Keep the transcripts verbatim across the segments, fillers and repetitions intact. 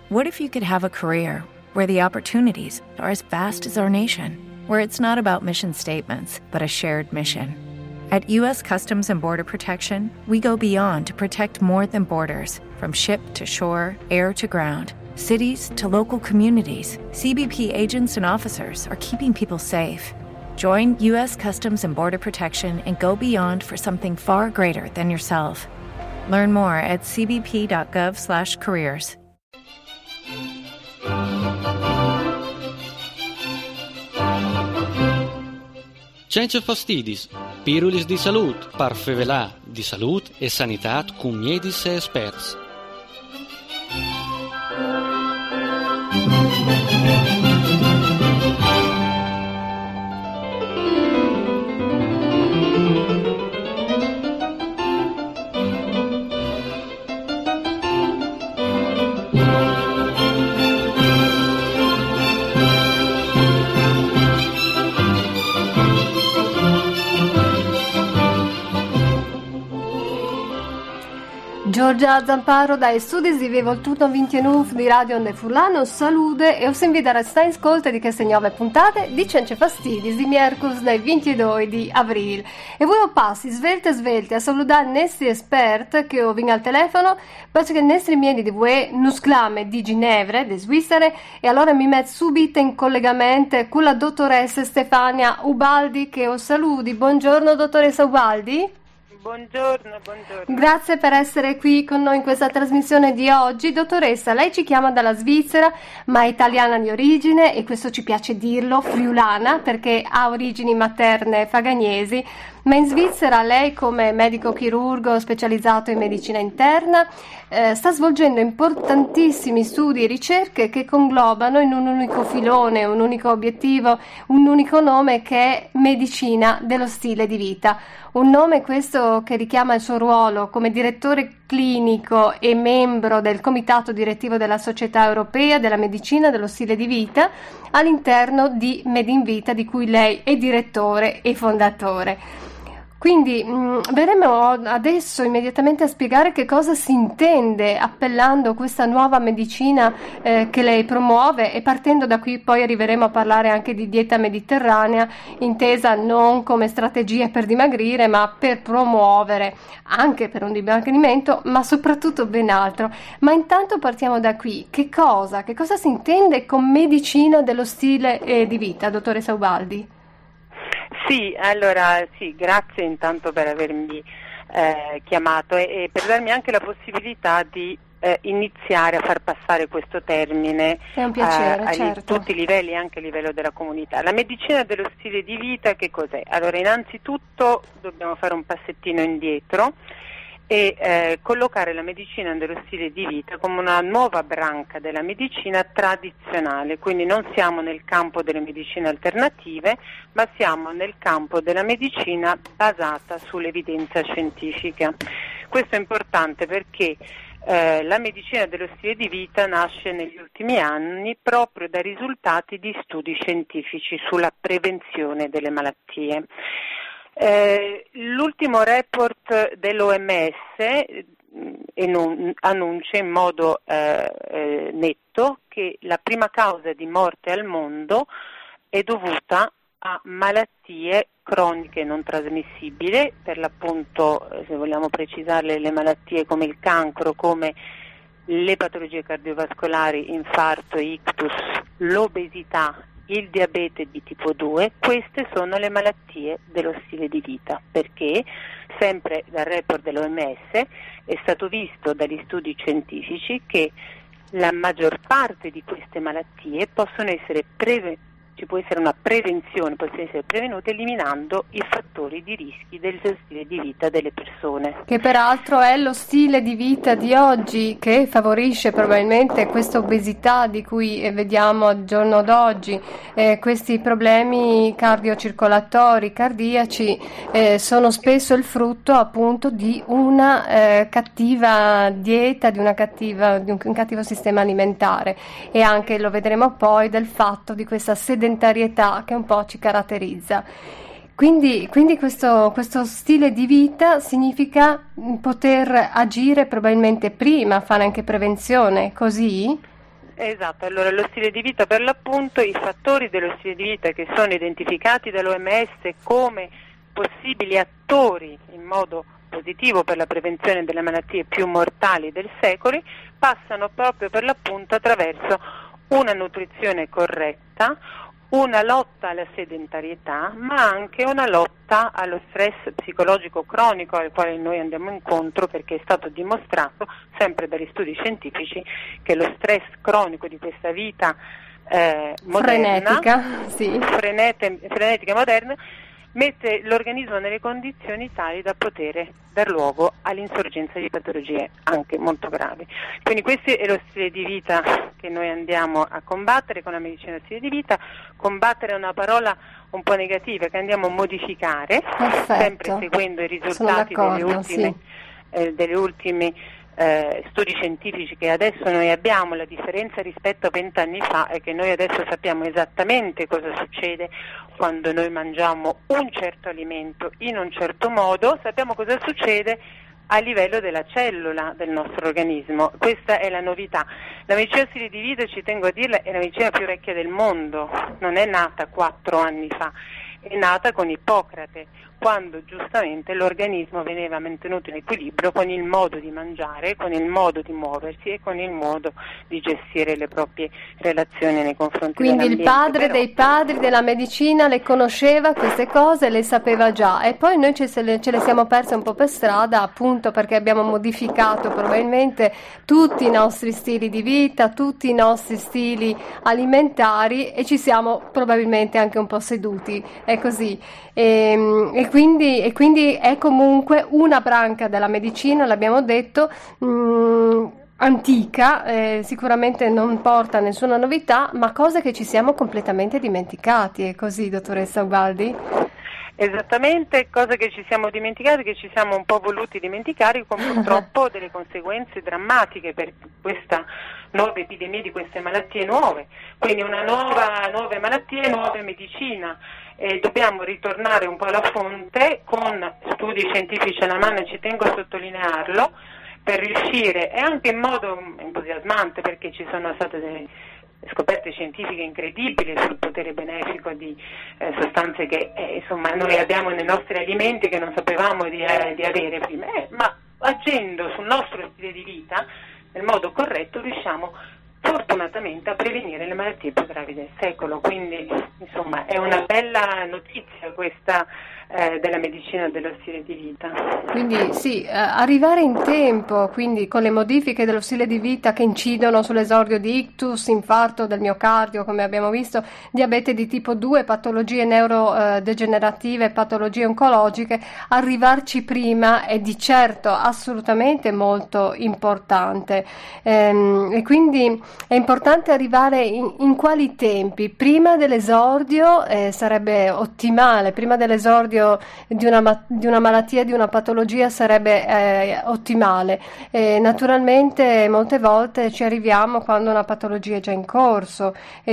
What if you could have a career where the opportunities are as vast as our nation, where it's not about mission statements, but a shared mission? At U S Customs and Border Protection, we go beyond to protect more than borders. From ship to shore, air to ground, cities to local communities, C B P agents and officers are keeping people safe. Join U S Customs and Border Protection and go beyond for something far greater than yourself. Learn more at c b p dot gov slash careers. Cence fastidis, pirulis di salut, par fevelà di salut e sanitat cum miedis e experts. Giorgia Zamparo dai studi di Vivo il Turno ventuno di Radio Onde Furlano salude e os invita a stare in ascolto di queste nuove puntate di Cence Fastidis di Mercus del ventidue di aprile. E voi ho passi svelte svelte a salutare i nostri esperti che ho vinto al telefono perché i nostri miei di voi nus clame di Ginevra, di Svizzera, e allora mi metto subito in collegamento con la dottoressa Stefania Ubaldi che ho saluti. Buongiorno dottoressa Ubaldi. Buongiorno, buongiorno. Grazie per essere qui con noi in questa trasmissione di oggi. Dottoressa, lei ci chiama dalla Svizzera, ma è italiana di origine e questo ci piace dirlo, friulana, perché ha origini materne fagagnesi, ma in Svizzera lei come medico chirurgo specializzato in medicina interna eh, sta svolgendo importantissimi studi e ricerche che conglobano in un unico filone, un unico obiettivo, un unico nome che è medicina dello stile di vita. Un nome questo che richiama il suo ruolo come direttore clinico e membro del comitato direttivo della Società Europea della Medicina dello Stile di Vita all'interno di Medinvita, di cui lei è direttore e fondatore. Quindi mh, verremo adesso immediatamente a spiegare che cosa si intende appellando questa nuova medicina eh, che lei promuove, e partendo da qui poi arriveremo a parlare anche di dieta mediterranea, intesa non come strategia per dimagrire ma per promuovere, anche per un dimagrimento, ma soprattutto ben altro. Ma intanto partiamo da qui. Che cosa? Che cosa si intende con medicina dello stile eh, di vita, dottoressa Ubaldi? Sì, allora sì, grazie intanto per avermi eh, chiamato e, e per darmi anche la possibilità di eh, iniziare a far passare questo termine È un piacere, eh, a certo. tutti i livelli, anche a livello della comunità. La medicina dello stile di vita che cos'è? Allora, innanzitutto dobbiamo fare un passettino indietro e eh, collocare la medicina dello stile di vita come una nuova branca della medicina tradizionale, quindi non siamo nel campo delle medicine alternative, ma siamo nel campo della medicina basata sull'evidenza scientifica. Questo è importante perché eh, la medicina dello stile di vita nasce negli ultimi anni proprio da risultati di studi scientifici sulla prevenzione delle malattie. Eh, l'ultimo report dell'O M S eh, enun- annuncia in modo eh, eh, netto che la prima causa di morte al mondo è dovuta a malattie croniche non trasmissibili, per l'appunto, eh, se vogliamo precisarle, le malattie come il cancro, come le patologie cardiovascolari, infarto, ictus, l'obesità, il diabete di tipo due. Queste sono le malattie dello stile di vita, perché sempre dal report dell'O M S è stato visto dagli studi scientifici che la maggior parte di queste malattie possono essere prevenute. Ci può essere una prevenzione, possono essere prevenute eliminando i fattori di rischi del stile di vita delle persone. Che peraltro è lo stile di vita di oggi che favorisce probabilmente questa obesità di cui vediamo al giorno d'oggi. Eh, questi problemi cardiocircolatori, cardiaci, eh, sono spesso il frutto appunto di una eh, cattiva dieta, di, una cattiva, di un, un cattivo sistema alimentare, e anche, lo vedremo poi, del fatto di questa sedentarietà che un po' ci caratterizza. Quindi, quindi questo, questo stile di vita significa poter agire probabilmente prima, fare anche prevenzione, così? Esatto, allora lo stile di vita, per l'appunto, i fattori dello stile di vita che sono identificati dall'O M S come possibili attori in modo positivo per la prevenzione delle malattie più mortali del secolo, passano proprio per l'appunto attraverso una nutrizione corretta, una lotta alla sedentarietà, ma anche una lotta allo stress psicologico cronico al quale noi andiamo incontro, perché è stato dimostrato sempre dagli studi scientifici che lo stress cronico di questa vita eh, moderna, frenetica, sì. frenete, frenetica moderna, mette l'organismo nelle condizioni tali da poter dar luogo all'insorgenza di patologie anche molto gravi. Quindi questo è lo stile di vita che noi andiamo a combattere con la medicina del stile di vita. Combattere è una parola un po' negativa che andiamo a modificare, Perfetto. sempre seguendo i risultati delle ultime, sì. eh, delle ultime Eh, studi scientifici che adesso noi abbiamo. La differenza rispetto a vent'anni fa è che noi adesso sappiamo esattamente cosa succede quando noi mangiamo un certo alimento in un certo modo, sappiamo cosa succede a livello della cellula del nostro organismo. Questa è la novità. La medicina stile di vita, ci tengo a dirla, è la medicina più vecchia del mondo, non è nata quattro anni fa, è nata con Ippocrate, quando giustamente l'organismo veniva mantenuto in equilibrio con il modo di mangiare, con il modo di muoversi e con il modo di gestire le proprie relazioni nei confronti Quindi dell'ambiente. il padre Però... dei padri della medicina le conosceva queste cose, le sapeva già, e poi noi ce, se le, ce le siamo perse un po' per strada, appunto perché abbiamo modificato probabilmente tutti i nostri stili di vita, tutti i nostri stili alimentari, e ci siamo probabilmente anche un po' seduti, è così. E, e, quindi, e quindi è comunque una branca della medicina, l'abbiamo detto, mh, antica, eh, sicuramente non porta nessuna novità, ma cose che ci siamo completamente dimenticati. È così, dottoressa Ubaldi? Esattamente, cose che ci siamo dimenticati, che ci siamo un po' voluti dimenticare, con purtroppo delle conseguenze drammatiche per questa nuova epidemia di queste malattie nuove. Quindi una nuova, nuove malattie, nuova medicina. E dobbiamo ritornare un po' alla fonte con studi scientifici alla mano, e ci tengo a sottolinearlo, per riuscire, e anche in modo entusiasmante, perché ci sono state delle scoperte scientifiche incredibili sul potere benefico di eh, sostanze che eh, insomma noi abbiamo nei nostri alimenti che non sapevamo di, eh, di avere prima, eh, ma agendo sul nostro stile di vita nel modo corretto riusciamo fortunatamente a prevenire le malattie più gravi del secolo. Quindi insomma è una bella notizia questa eh, della medicina dello stile di vita. Quindi sì, eh, arrivare in tempo, quindi con le modifiche dello stile di vita che incidono sull'esordio di ictus, infarto del miocardio, come abbiamo visto, diabete di tipo due, patologie neurodegenerative, patologie oncologiche, arrivarci prima è di certo assolutamente molto importante. Ehm, e quindi è importante arrivare in, in quali tempi? Prima dell'esordio eh, sarebbe ottimale, prima dell'esordio di una, di una malattia, di una patologia sarebbe eh, ottimale. E naturalmente molte volte ci arriviamo quando una patologia è già in corso, è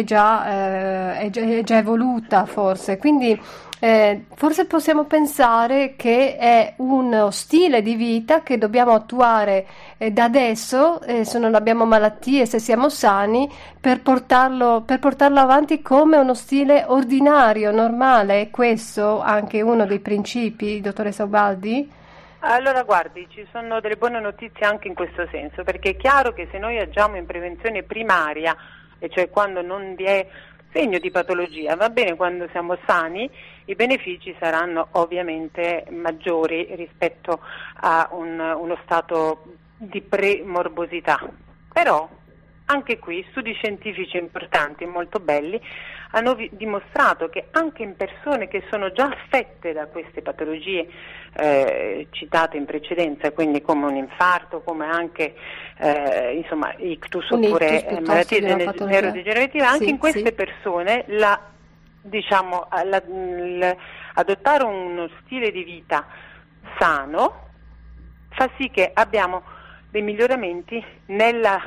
già, eh, è già, è già evoluta forse, quindi Eh, forse possiamo pensare che è uno stile di vita che dobbiamo attuare eh, da adesso, eh, se non abbiamo malattie, se siamo sani, per portarlo, per portarlo avanti come uno stile ordinario, normale. È questo anche uno dei principi, dottoressa Ubaldi? Allora guardi, ci sono delle buone notizie anche in questo senso, perché è chiaro che se noi agiamo in prevenzione primaria, e cioè quando non vi è segno di patologia, va bene, quando siamo sani i benefici saranno ovviamente maggiori rispetto a un, uno stato di premorbosità. Però anche qui studi scientifici importanti e molto belli hanno vi- dimostrato che anche in persone che sono già affette da queste patologie eh, citate in precedenza, quindi come un infarto, come anche eh, insomma ictus un oppure ictus, eh, malattie neurodegenerative, anche sì, in queste sì. persone la, diciamo, la, l, adottare uno stile di vita sano fa sì che abbiamo dei miglioramenti nella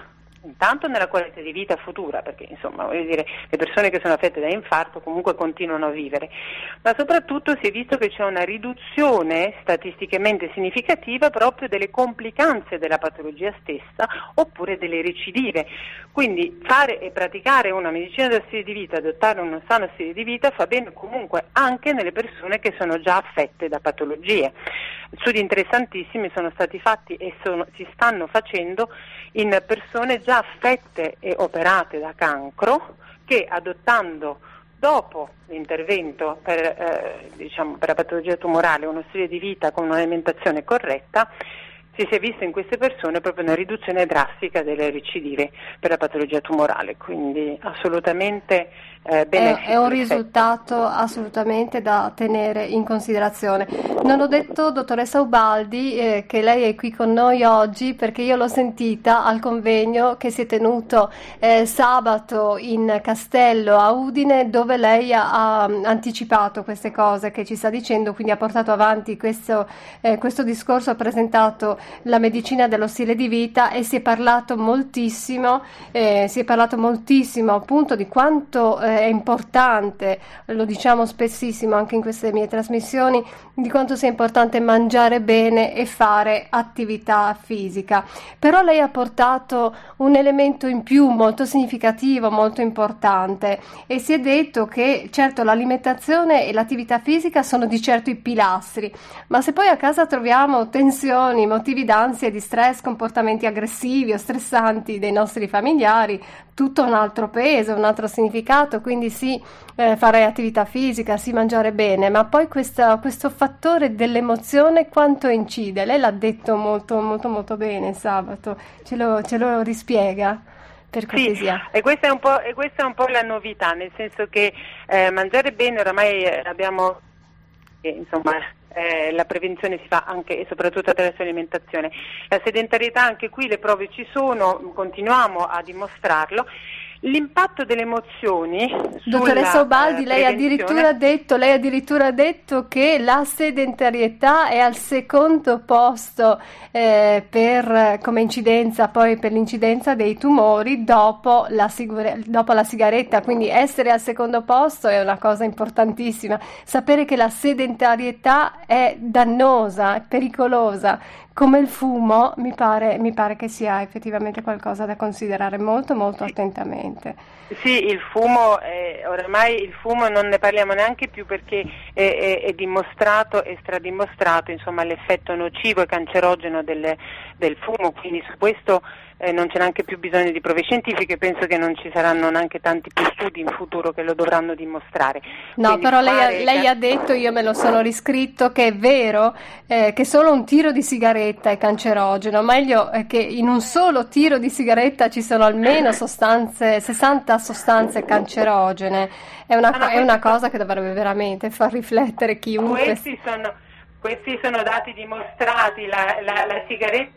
intanto nella qualità di vita futura, perché insomma voglio dire, le persone che sono affette da infarto comunque continuano a vivere, ma soprattutto si è visto che c'è una riduzione statisticamente significativa proprio delle complicanze della patologia stessa oppure delle recidive. Quindi fare e praticare una medicina dello stile di vita, adottare uno sano stile di vita fa bene comunque anche nelle persone che sono già affette da patologie. Studi interessantissimi sono stati fatti e sono, si stanno facendo in persone già affette e operate da cancro che, adottando dopo l'intervento per, eh, diciamo, per la patologia tumorale uno stile di vita con un'alimentazione corretta, si è visto in queste persone proprio una riduzione drastica delle recidive per la patologia tumorale, quindi assolutamente eh, benefico. È, è un risultato assolutamente da tenere in considerazione. Non ho detto, dottoressa Ubaldi, eh, che lei è qui con noi oggi perché io l'ho sentita al convegno che si è tenuto eh, sabato in Castello a Udine, dove lei ha, ha anticipato queste cose che ci sta dicendo, quindi ha portato avanti questo, eh, questo discorso, ha presentato la medicina dello stile di vita e si è parlato moltissimo, eh, si è parlato moltissimo appunto di quanto eh, è importante, lo diciamo spessissimo anche in queste mie trasmissioni, di quanto sia importante mangiare bene e fare attività fisica. Però lei ha portato un elemento in più molto significativo, molto importante, e si è detto che certo l'alimentazione e l'attività fisica sono di certo i pilastri, ma se poi a casa troviamo tensioni, motivi d'ansia e di stress, comportamenti aggressivi o stressanti dei nostri familiari, tutto un altro peso, un altro significato. Quindi sì, eh, fare attività fisica, sì, mangiare bene, ma poi questa, questo fattore dell'emozione quanto incide? Lei l'ha detto molto molto molto bene sabato, ce lo, ce lo rispiega per cortesia? Sì, e questa è un po', e questa è un po' la novità, nel senso che eh, mangiare bene oramai abbiamo eh, insomma Eh, la prevenzione si fa anche e soprattutto attraverso l'alimentazione. La sedentarietà, anche qui le prove ci sono, continuiamo a dimostrarlo. L'impatto delle emozioni. Dottoressa Ubaldi, eh, lei addirittura detto, lei addirittura ha detto che la sedentarietà è al secondo posto eh, per come incidenza, poi per l'incidenza dei tumori dopo la, sigure, dopo la sigaretta, quindi essere al secondo posto è una cosa importantissima. Sapere che la sedentarietà è dannosa, è pericolosa, come il fumo, mi pare, mi pare che sia effettivamente qualcosa da considerare molto molto sì. attentamente. Sì, il fumo, eh, oramai il fumo non ne parliamo neanche più perché è, è, è dimostrato e stradimostrato, insomma, l'effetto nocivo e cancerogeno del, del fumo, quindi su questo eh, non c'è neanche più bisogno di prove scientifiche, penso che non ci saranno neanche tanti più studi in futuro che lo dovranno dimostrare. No, Quindi però lei, ha, fare... lei ha detto, io me lo sono riscritto, che è vero eh, che solo un tiro di sigaretta è cancerogeno, meglio è che in un solo tiro di sigaretta ci sono almeno sostanze, sessanta sostanze cancerogene. È una, no, no, è una cosa che dovrebbe veramente far riflettere chiunque. Questi sono, questi sono dati dimostrati, la, la, la sigaretta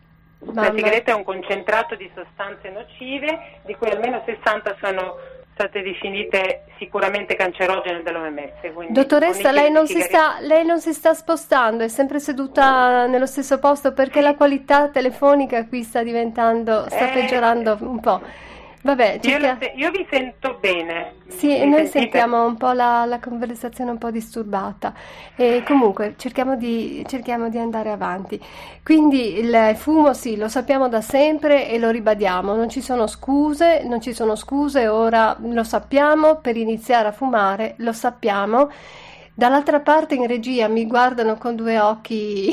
La sigaretta è un concentrato di sostanze nocive, di cui almeno sessanta sono state definite sicuramente cancerogene dall'O M S. Dottoressa, lei non, si sta, lei non si sta spostando, è sempre seduta nello stesso posto perché la qualità telefonica qui sta diventando, sta eh, peggiorando un po'. Vabbè, cerca... io, io vi sento bene. Sì, mi noi sentite? sentiamo un po' la, la conversazione un po' disturbata e comunque cerchiamo di, cerchiamo di andare avanti. Quindi il fumo sì, lo sappiamo da sempre e lo ribadiamo, non ci sono scuse, non ci sono scuse, ora lo sappiamo, per iniziare a fumare lo sappiamo. Dall'altra parte in regia mi guardano con due occhi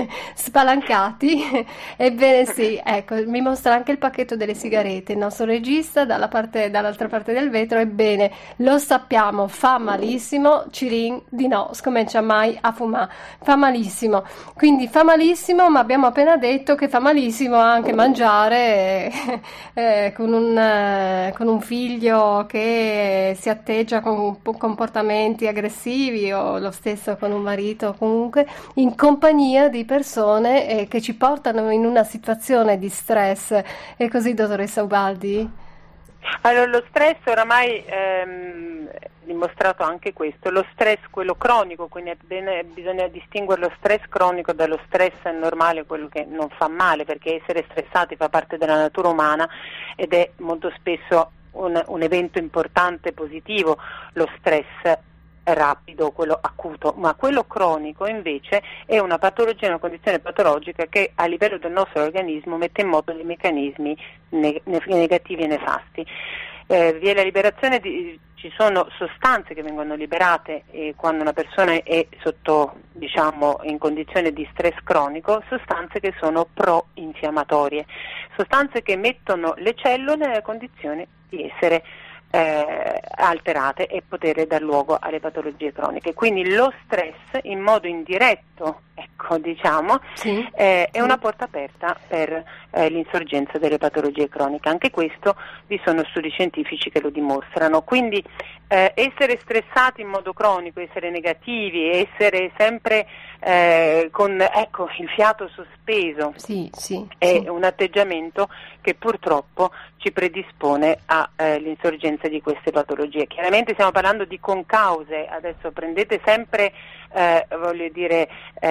spalancati. Ebbene sì, ecco, mi mostra anche il pacchetto delle sigarette, il nostro regista dalla parte, dall'altra parte del vetro. Ebbene, lo sappiamo, fa malissimo, Cirin di no, scomincia mai a fumare, fa malissimo. Quindi fa malissimo, ma abbiamo appena detto che fa malissimo anche mangiare eh, con, un, eh, con un figlio che si atteggia con comportamenti aggressivi, o lo stesso con un marito, comunque in compagnia di persone eh, che ci portano in una situazione di stress. È così, dottoressa Ubaldi? Allora, lo stress oramai ehm, dimostrato anche questo, lo stress quello cronico, quindi è bene, bisogna distinguere lo stress cronico dallo stress normale, quello che non fa male, perché essere stressati fa parte della natura umana ed è molto spesso un, un evento importante positivo, lo stress rapido, quello acuto, ma quello cronico invece è una patologia, una condizione patologica che a livello del nostro organismo mette in moto dei meccanismi ne- negativi e nefasti. Eh, vi è la liberazione di, ci sono sostanze che vengono liberate eh, quando una persona è sotto, diciamo, in condizione di stress cronico, sostanze che sono pro-infiammatorie, sostanze che mettono le cellule nella condizione di essere Eh, alterate e poter dar luogo alle patologie croniche. Quindi lo stress in modo indiretto, ecco, diciamo, sì, eh, è una porta aperta per eh, l'insorgenza delle patologie croniche. Anche questo vi sono studi scientifici che lo dimostrano. Quindi eh, essere stressati in modo cronico, essere negativi, essere sempre eh, con ecco il fiato sospeso, sì, sì, è sì. un atteggiamento che purtroppo ci predispone all'insorgenza eh, di queste patologie. Chiaramente stiamo parlando di concause, adesso prendete sempre eh, voglio dire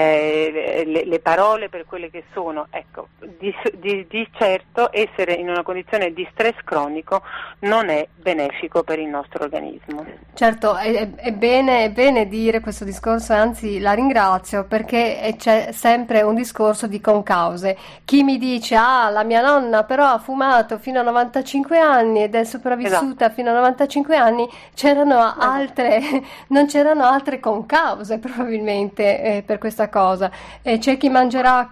eh, le, le parole per quelle che sono, ecco, di, di, di certo essere in una condizione di stress cronico non è benefico per il nostro organismo. Certo, è, è, bene, è bene dire questo discorso, anzi la ringrazio, perché c'è sempre un discorso di concause. Chi mi dice ah la mia nonna però ha fumato fino a novantacinque anni ed è sopravvissuta, esatto, fino a novantacinque anni, c'erano altre, non c'erano altre concause probabilmente eh, per questa cosa. E c'è chi mangerà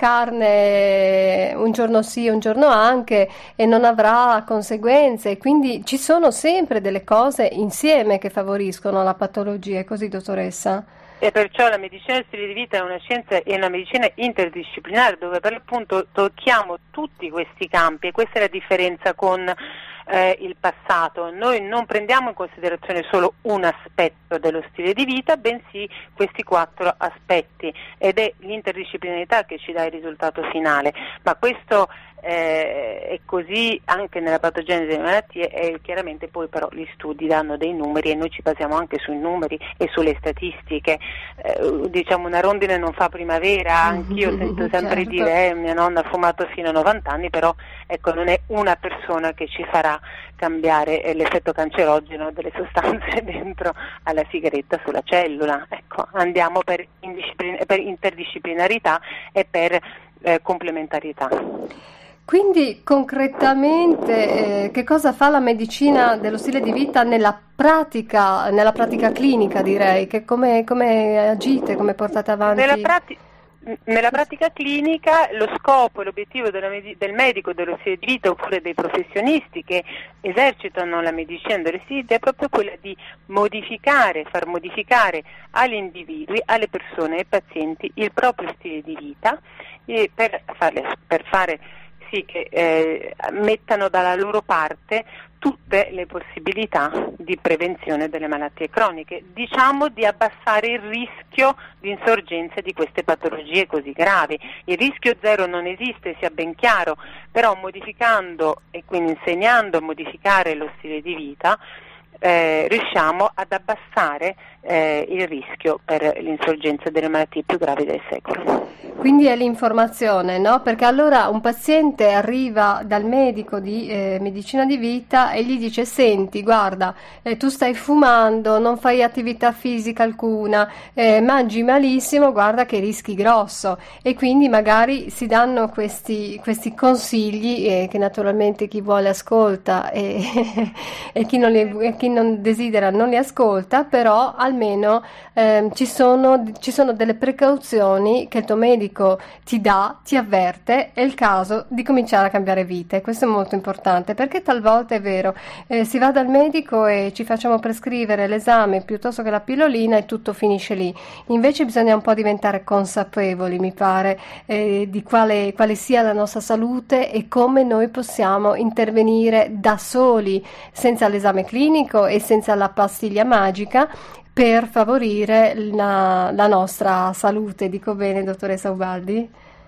carne un giorno sì, un giorno anche e non avrà conseguenze, quindi ci sono sempre delle cose insieme che favoriscono la patologia, è così, dottoressa? E perciò la medicina del stile di vita è una scienza e una medicina interdisciplinare dove per l'appunto tocchiamo tutti questi campi, e questa è la differenza con eh, il passato. Noi non prendiamo in considerazione solo un aspetto dello stile di vita, bensì questi quattro aspetti, ed è l'interdisciplinarità che ci dà il risultato finale. Ma questo Eh, è così anche nella patogenesi delle malattie, e chiaramente poi però gli studi danno dei numeri e noi ci basiamo anche sui numeri e sulle statistiche. Eh, diciamo una rondine non fa primavera, anch'io sento sempre certo. dire eh, mia nonna ha fumato fino a novanta anni, però ecco non è una persona che ci farà cambiare eh, l'effetto cancerogeno delle sostanze dentro alla sigaretta sulla cellula. Ecco, andiamo per, indisciplin- per interdisciplinarità e per eh, complementarietà. Quindi concretamente eh, che cosa fa la medicina dello stile di vita nella pratica, nella pratica clinica, direi, che come, come agite, come portate avanti? Nella, prati- nella pratica clinica lo scopo e l'obiettivo della med- del medico dello stile di vita oppure dei professionisti che esercitano la medicina dello stile di vita è proprio quella di modificare, far modificare agli individui, alle persone, ai pazienti il proprio stile di vita e per, farle, per fare sì che eh, mettano dalla loro parte tutte le possibilità di prevenzione delle malattie croniche, diciamo di abbassare il rischio di insorgenza di queste patologie così gravi. Il rischio zero non esiste, sia ben chiaro, però modificando e quindi insegnando a modificare lo stile di vita eh, riusciamo ad abbassare eh, il rischio per l'insorgenza delle malattie più gravi del secolo. Quindi è l'informazione, no? Perché allora un paziente arriva dal medico di eh, medicina di vita e gli dice senti, guarda, eh, tu stai fumando, non fai attività fisica alcuna, eh, mangi malissimo, guarda che rischi grosso, e quindi magari si danno questi, questi consigli eh, che naturalmente chi vuole ascolta e, e, chi non li, e chi non desidera non li ascolta, però almeno eh, ci sono, ci sono delle precauzioni che il tuo medico ti dà, ti avverte, è il caso di cominciare a cambiare vita, e questo è molto importante, perché talvolta è vero, eh, si va dal medico e ci facciamo prescrivere l'esame piuttosto che la pillolina e tutto finisce lì. Invece bisogna un po' diventare consapevoli, mi pare, eh, di quale, quale sia la nostra salute e come noi possiamo intervenire da soli, senza l'esame clinico e senza la pastiglia magica, per favorire la, la nostra salute. Dico bene, dottoressa Ubaldi?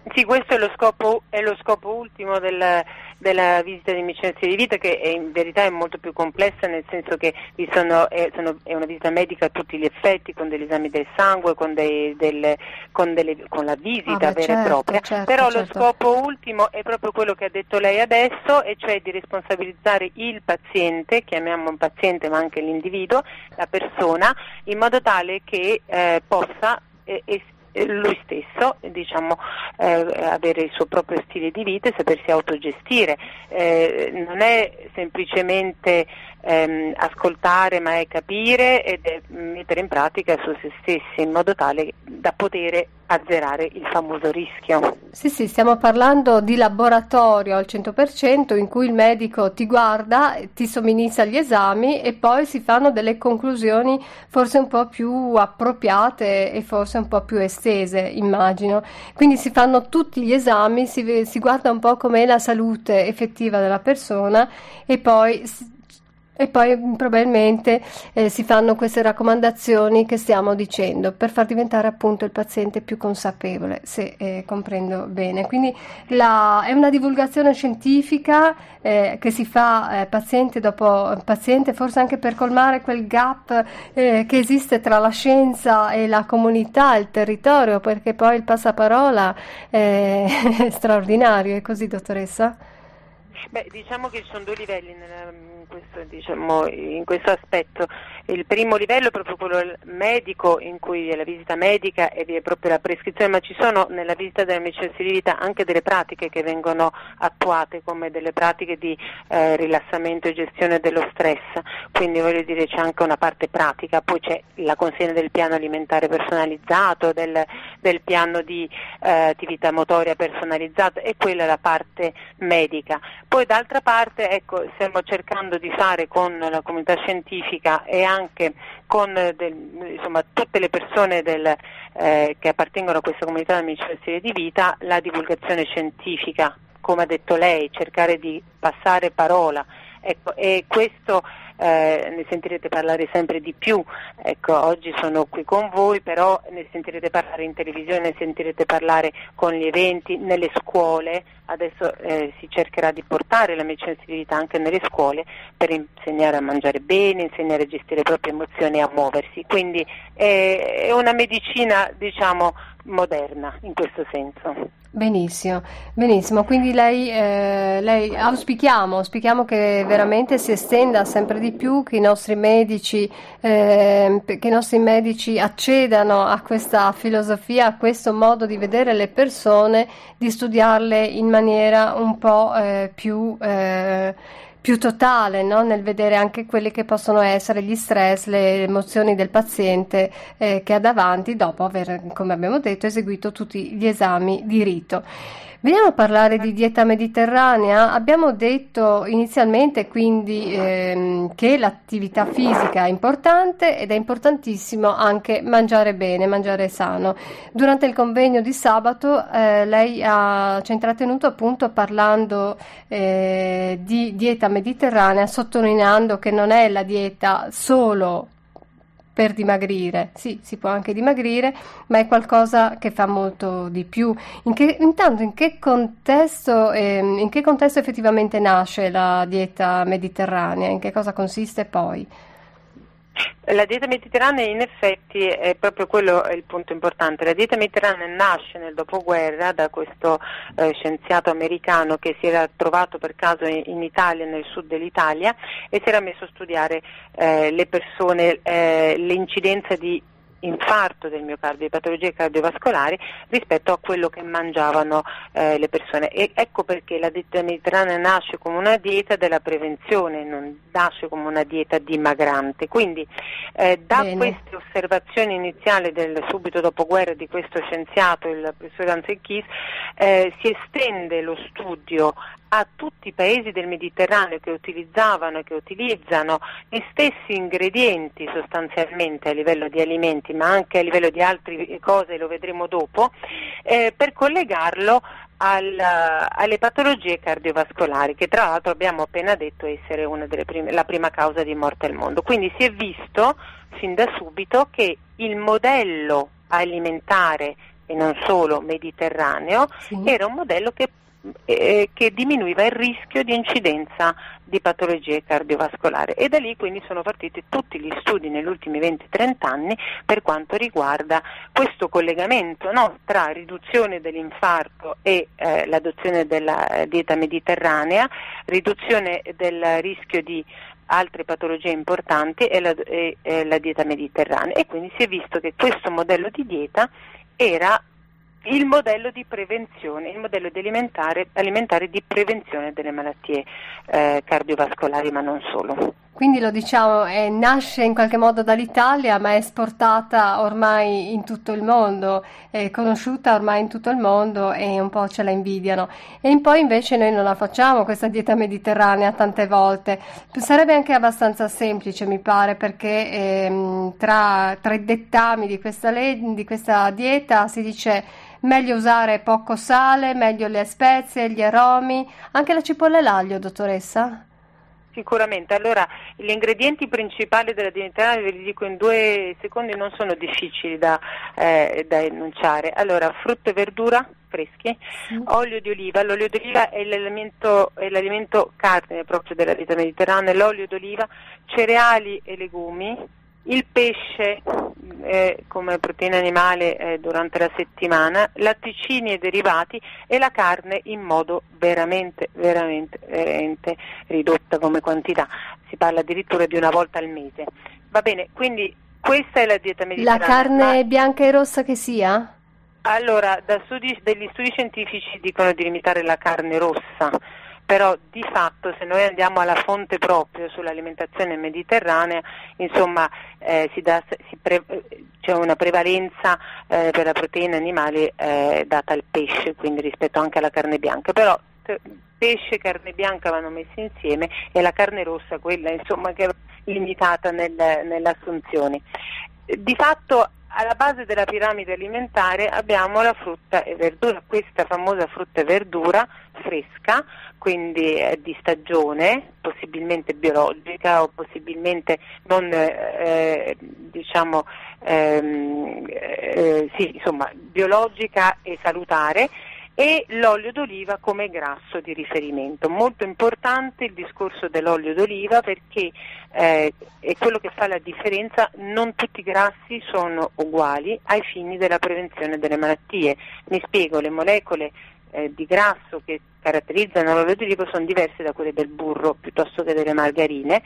Sì, questo è lo scopo, è lo scopo ultimo del, della visita di medicina stile di vita, che è, in verità è molto più complessa, nel senso che vi sono, è, sono, è una visita medica a tutti gli effetti, con degli esami del sangue, con, dei, del, con, delle, con la visita ah, beh, vera certo, e propria, certo, però certo. lo scopo ultimo è proprio quello che ha detto lei adesso, e cioè di responsabilizzare il paziente, chiamiamo un paziente ma anche l'individuo, la persona, in modo tale che eh, possa eh, es- lui stesso, diciamo, eh, avere il suo proprio stile di vita e sapersi autogestire. Eh, non è semplicemente ehm, ascoltare, ma è capire ed è mettere in pratica su se stessi, in modo tale da poter azzerare il famoso rischio. Sì, sì, stiamo parlando di laboratorio al cento per cento, in cui il medico ti guarda, ti somministra gli esami e poi si fanno delle conclusioni forse un po' più appropriate e forse un po' più estese, immagino. Quindi si fanno tutti gli esami, si, si guarda un po' com'è la salute effettiva della persona e poi E poi probabilmente eh, si fanno queste raccomandazioni che stiamo dicendo per far diventare appunto il paziente più consapevole, se eh, comprendo bene. Quindi la, è una divulgazione scientifica eh, che si fa eh, paziente dopo paziente, forse anche per colmare quel gap eh, che esiste tra la scienza e la comunità, il territorio, perché poi il passaparola eh, è straordinario. È così, dottoressa? Beh, diciamo che ci sono due livelli nella, in, questo, diciamo, in questo aspetto. Il primo livello è proprio quello medico, in cui è la visita medica e vi è proprio la prescrizione, ma ci sono nella visita della medicina stile di vita anche delle pratiche che vengono attuate, come delle pratiche di eh, rilassamento e gestione dello stress, quindi voglio dire c'è anche una parte pratica, poi c'è la consegna del piano alimentare personalizzato, del, del piano di eh, attività motoria personalizzato, e quella è la parte medica. Poi d'altra parte, ecco, stiamo cercando di fare con la comunità scientifica e anche con del, insomma, tutte le persone del, eh, che appartengono a questa comunità della medicina stile di vita, la divulgazione scientifica, come ha detto lei, cercare di passare parola. Ecco, e questo eh, ne sentirete parlare sempre di più. Ecco, oggi sono qui con voi, però ne sentirete parlare in televisione, ne sentirete parlare con gli eventi, nelle scuole. Adesso eh, si cercherà di portare la medicina stile di vita anche nelle scuole per insegnare a mangiare bene, insegnare a gestire le proprie emozioni e a muoversi. Quindi è, è una medicina, diciamo, moderna in questo senso. Benissimo, benissimo. Quindi lei, eh, lei auspichiamo, auspichiamo che veramente si estenda sempre di più, che i nostri medici, eh, che i nostri medici accedano a questa filosofia, a questo modo di vedere le persone, di studiarle in maniera un po' eh, più eh, più totale, no? Nel vedere anche quelli che possono essere gli stress, le emozioni del paziente eh, che ha davanti dopo aver, come abbiamo detto, eseguito tutti gli esami di rito. Veniamo a parlare di dieta mediterranea. Abbiamo detto inizialmente quindi ehm, che l'attività fisica è importante ed è importantissimo anche mangiare bene, mangiare sano. Durante il convegno di sabato eh, lei ha, ci ha intrattenuto appunto parlando eh, di dieta mediterranea, sottolineando che non è la dieta solo per dimagrire. Sì, si può anche dimagrire, ma è qualcosa che fa molto di più. In che, intanto, in che contesto, eh, in che contesto effettivamente nasce la dieta mediterranea? In che cosa consiste poi? La dieta mediterranea in effetti è proprio quello è il punto importante. La dieta mediterranea nasce nel dopoguerra da questo eh, scienziato americano che si era trovato per caso in, in Italia, nel sud dell'Italia, e si era messo a studiare eh, le persone, eh, l'incidenza di infarto del miocardio, di patologie cardiovascolari rispetto a quello che mangiavano eh, le persone. E ecco perché la dieta mediterranea nasce come una dieta della prevenzione, non nasce come una dieta dimagrante. Quindi eh, da Bene. queste osservazioni iniziali del subito dopoguerra di questo scienziato, il professor Ansel Keys, eh, si estende lo studio a tutti i paesi del Mediterraneo che utilizzavano e che utilizzano gli stessi ingredienti sostanzialmente a livello di alimenti, ma anche a livello di altre cose, lo vedremo dopo, eh, per collegarlo al, alle patologie cardiovascolari, che tra l'altro abbiamo appena detto essere una delle prime, la prima causa di morte al mondo. Quindi si è visto fin da subito che il modello alimentare e non solo mediterraneo, sì. Era un modello che, eh, che diminuiva il rischio di incidenza di patologie cardiovascolari, e da lì quindi sono partiti tutti gli studi negli ultimi venti trenta anni per quanto riguarda questo collegamento, no, tra riduzione dell'infarto e eh, l'adozione della dieta mediterranea, riduzione del rischio di altre patologie importanti e la, e, e la dieta mediterranea, e quindi si è visto che questo modello di dieta era il modello di prevenzione, il modello di alimentare, alimentare di prevenzione delle malattie eh, cardiovascolari, ma non solo. Quindi lo diciamo, eh, nasce in qualche modo dall'Italia, ma è esportata ormai in tutto il mondo, è conosciuta ormai in tutto il mondo e un po' ce la invidiano. E poi invece noi non la facciamo questa dieta mediterranea tante volte. Sarebbe anche abbastanza semplice, mi pare, perché ehm, tra, tra i dettami di questa, le- di questa dieta si dice meglio usare poco sale, meglio le spezie, gli aromi, anche la cipolla e l'aglio, dottoressa? Sicuramente, allora gli ingredienti principali della dieta mediterranea, ve li dico in due secondi, non sono difficili da, eh, da enunciare. Allora, frutta e verdura freschi, sì. Olio di oliva, l'olio di oliva è l'alimento, è l'alimento cardine proprio della dieta mediterranea, l'olio d'oliva, cereali e legumi, il pesce eh, come proteina animale eh, durante la settimana, latticini e derivati, e la carne in modo veramente, veramente, veramente ridotta come quantità. Si parla addirittura di una volta al mese. Va bene, quindi questa è la dieta mediterranea. La carne ma... bianca e rossa che sia? Allora, da studi, degli studi scientifici dicono di limitare la carne rossa, però di fatto se noi andiamo alla fonte proprio sull'alimentazione mediterranea, insomma eh, si dà, si pre, c'è una prevalenza eh, per la proteina animale eh, data al pesce, quindi rispetto anche alla carne bianca, però t- pesce e carne bianca vanno messi insieme e la carne rossa quella insomma che è limitata nel, nelle assunzioni. Di fatto alla base della piramide alimentare abbiamo la frutta e verdura, questa famosa frutta e verdura fresca, quindi eh, di stagione, possibilmente biologica o possibilmente non eh, diciamo ehm, eh, sì, insomma biologica e salutare, e l'olio d'oliva come grasso di riferimento. Molto importante il discorso dell'olio d'oliva, perché eh, è quello che fa la differenza. Non tutti i grassi sono uguali ai fini della prevenzione delle malattie. Mi spiego, le molecole eh, di grasso che caratterizzano l'olio d'oliva sono diverse da quelle del burro piuttosto che delle margarine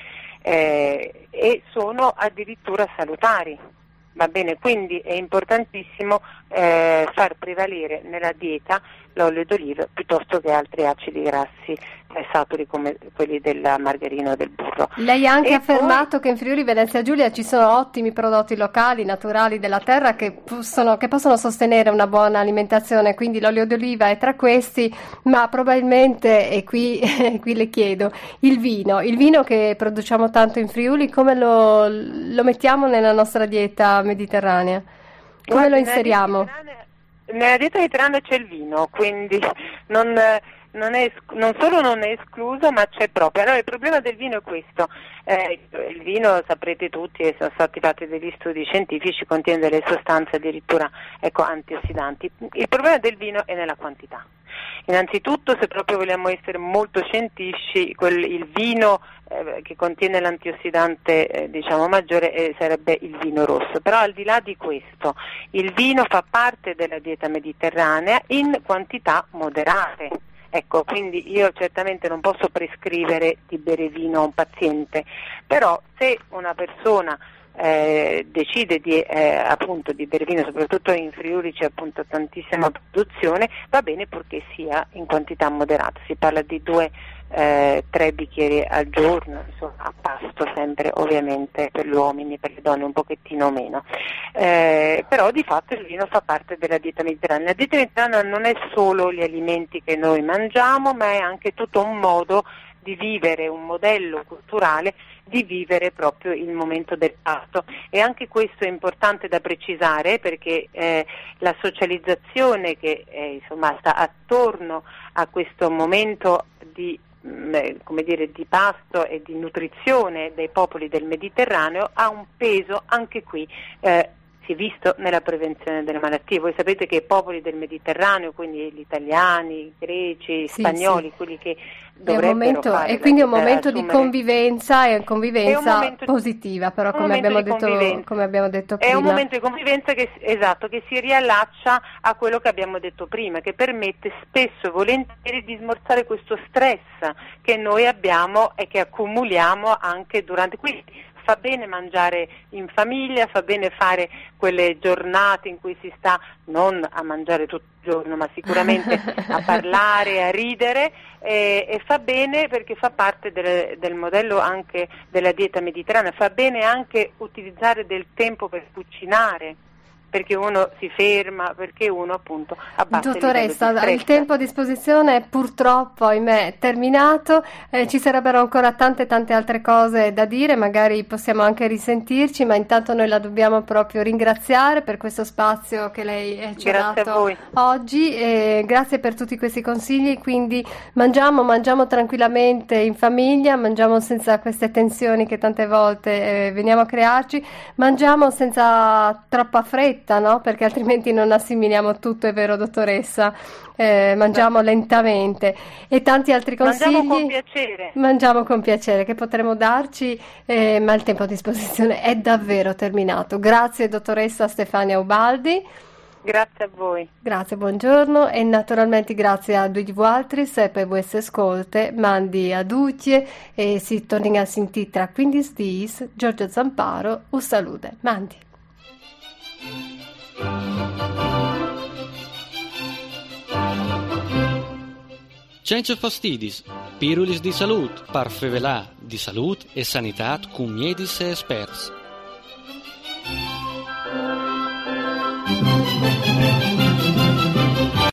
eh, e sono addirittura salutari. Va bene, quindi è importantissimo eh, far prevalere nella dieta l'olio d'oliva piuttosto che altri acidi grassi eh, saturi come quelli della margarina o del burro. Lei ha anche e affermato poi... che in Friuli Venezia Giulia ci sono ottimi prodotti locali, naturali della terra che possono, che possono sostenere una buona alimentazione, quindi l'olio d'oliva è tra questi, ma probabilmente, e qui, qui le chiedo, il vino, il vino che produciamo tanto in Friuli, come lo, lo mettiamo nella nostra dieta mediterranea? Come Guarda, lo inseriamo? Nella, nella dieta mediterranea c'è il vino, quindi non, non, è, non solo non è escluso, ma c'è proprio. Allora il problema del vino è questo, eh, il vino saprete tutti e sono stati fatti degli studi scientifici, contiene delle sostanze addirittura ecco, antiossidanti. Il problema del vino è nella quantità. Innanzitutto, se proprio vogliamo essere molto scientifici, quel, il vino eh, che contiene l'antiossidante eh, diciamo maggiore eh, sarebbe il vino rosso, però al di là di questo il vino fa parte della dieta mediterranea in quantità moderate. Ecco, quindi io certamente non posso prescrivere di bere vino a un paziente, però se una persona Eh, decide di eh, appunto di bere vino, soprattutto in Friuli c'è appunto tantissima produzione, va bene purché sia in quantità moderata, si parla di due eh, tre bicchieri al giorno, insomma, a pasto sempre, ovviamente per gli uomini, per le donne un pochettino meno, eh, però di fatto il vino fa parte della dieta mediterranea. La dieta mediterranea non è solo gli alimenti che noi mangiamo, ma è anche tutto un modo di vivere, un modello culturale di vivere proprio il momento del pasto, e anche questo è importante da precisare, perché eh, la socializzazione che eh, insomma sta attorno a questo momento di mh, come dire, di pasto e di nutrizione dei popoli del Mediterraneo ha un peso anche qui eh, si è visto nella prevenzione delle malattie. Voi sapete che i popoli del Mediterraneo, quindi gli italiani, i greci, gli sì, spagnoli, sì. quelli che È un momento, fare e quindi è un la- momento di assumere- convivenza e convivenza È un momento- positiva, però un come momento abbiamo, di detto, convivenza. come abbiamo detto È prima. un momento di convivenza che, esatto, che si riallaccia a quello che abbiamo detto prima, che permette spesso e volentieri di smorzare questo stress che noi abbiamo e che accumuliamo anche durante. Quindi fa bene mangiare in famiglia, fa bene fare quelle giornate in cui si sta non a mangiare tutto il giorno, ma sicuramente a parlare, a ridere, e, e fa bene perché fa parte del, del modello anche della dieta mediterranea. Fa bene anche utilizzare del tempo per cucinare, perché uno si ferma, perché uno appunto abbassa Dottoressa, il livello di il stress. tempo a disposizione è purtroppo, ahimè, terminato. Eh, ci sarebbero ancora tante tante altre cose da dire, magari possiamo anche risentirci, ma intanto noi la dobbiamo proprio ringraziare per questo spazio che lei eh, ci ha Grazie a dato voi. oggi, e grazie per tutti questi consigli. Quindi mangiamo, mangiamo tranquillamente in famiglia, mangiamo senza queste tensioni che tante volte eh, veniamo a crearci, mangiamo senza troppa fretta, no? Perché altrimenti non assimiliamo tutto, è vero dottoressa? Eh, mangiamo lentamente, e tanti altri consigli. Mangiamo con piacere. Mangiamo con piacere che potremo darci, eh, ma il tempo a disposizione è davvero terminato. Grazie dottoressa Stefania Ubaldi. Grazie a voi. Grazie, buongiorno, e naturalmente grazie a tutti voi altri per queste ascolte, mandi a tutti e si torna a sentire tra quindici giorni. Giorgio Zamparo, un saluto, mandi. Cence fastidis, pirulis di salut, par fevelà di salut e sanitat cum miedis e experts.